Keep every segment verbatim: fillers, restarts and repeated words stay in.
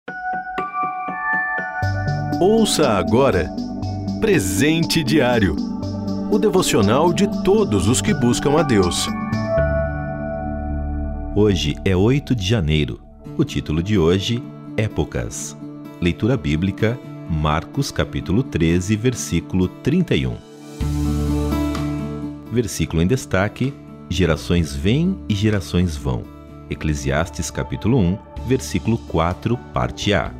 Ouça agora Presente Diário, o devocional de todos os que buscam a Deus. Hoje é oito de janeiro. O título de hoje, Épocas. Leitura bíblica, Marcos capítulo treze, versículo trinta e um. Versículo em destaque, gerações vêm e gerações vão. Eclesiastes capítulo um, versículo quatro, parte A.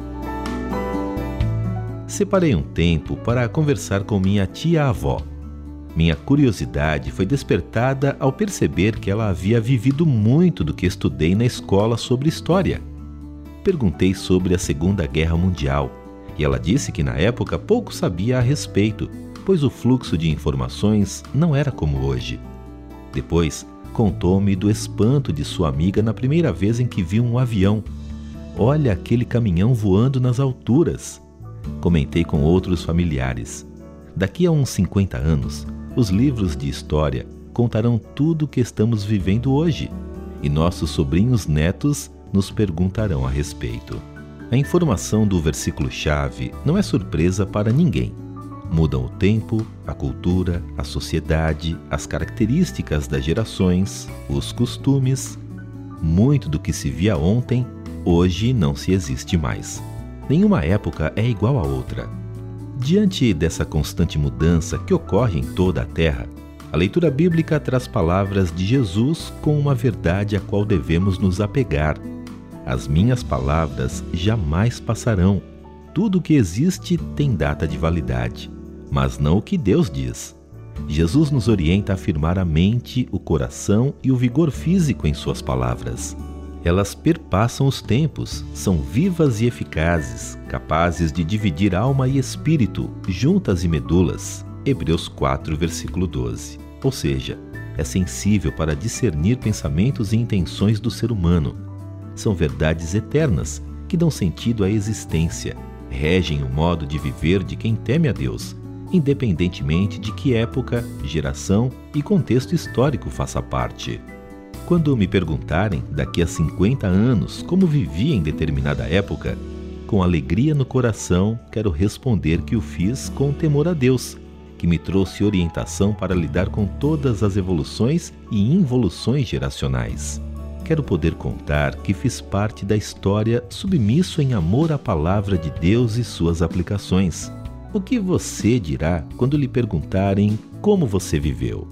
Separei um tempo para conversar com minha tia-avó. Minha curiosidade foi despertada ao perceber que ela havia vivido muito do que estudei na escola sobre história. Perguntei sobre a Segunda Guerra Mundial e ela disse que na época pouco sabia a respeito, pois o fluxo de informações não era como hoje. Depois, contou-me do espanto de sua amiga na primeira vez em que viu um avião. Olha aquele caminhão voando nas alturas! Comentei com outros familiares. Daqui a uns cinquenta anos, os livros de história contarão tudo o que estamos vivendo hoje, e nossos sobrinhos netos nos perguntarão a respeito. A informação do versículo-chave não é surpresa para ninguém. Mudam o tempo, a cultura, a sociedade, as características das gerações, os costumes. Muito do que se via ontem, hoje não se existe mais. Nenhuma época é igual a outra. Diante dessa constante mudança que ocorre em toda a Terra, a leitura bíblica traz palavras de Jesus com uma verdade a qual devemos nos apegar. As minhas palavras jamais passarão. Tudo o que existe tem data de validade, mas não o que Deus diz. Jesus nos orienta a afirmar a mente, o coração e o vigor físico em suas palavras. Elas perpassam os tempos, são vivas e eficazes, capazes de dividir alma e espírito, juntas e medulas. Hebreus quatro, versículo doze. Ou seja, é sensível para discernir pensamentos e intenções do ser humano. São verdades eternas que dão sentido à existência, regem o modo de viver de quem teme a Deus, independentemente de que época, geração e contexto histórico faça parte. Quando me perguntarem, daqui a cinquenta anos, como vivi em determinada época, com alegria no coração, quero responder que o fiz com temor a Deus, que me trouxe orientação para lidar com todas as evoluções e involuções geracionais. Quero poder contar que fiz parte da história submisso em amor à palavra de Deus e suas aplicações. O que você dirá quando lhe perguntarem como você viveu?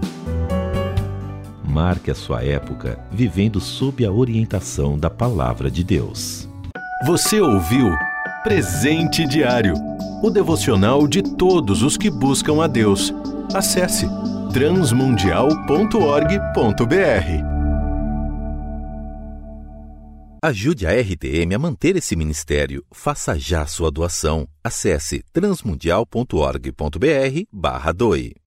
Marque a sua época vivendo sob a orientação da Palavra de Deus. Você ouviu Presente Diário, o devocional de todos os que buscam a Deus. Acesse transmundial ponto org ponto br. Ajude a R T M a manter esse ministério. Faça já sua doação. Acesse transmundial ponto org ponto br barra doe.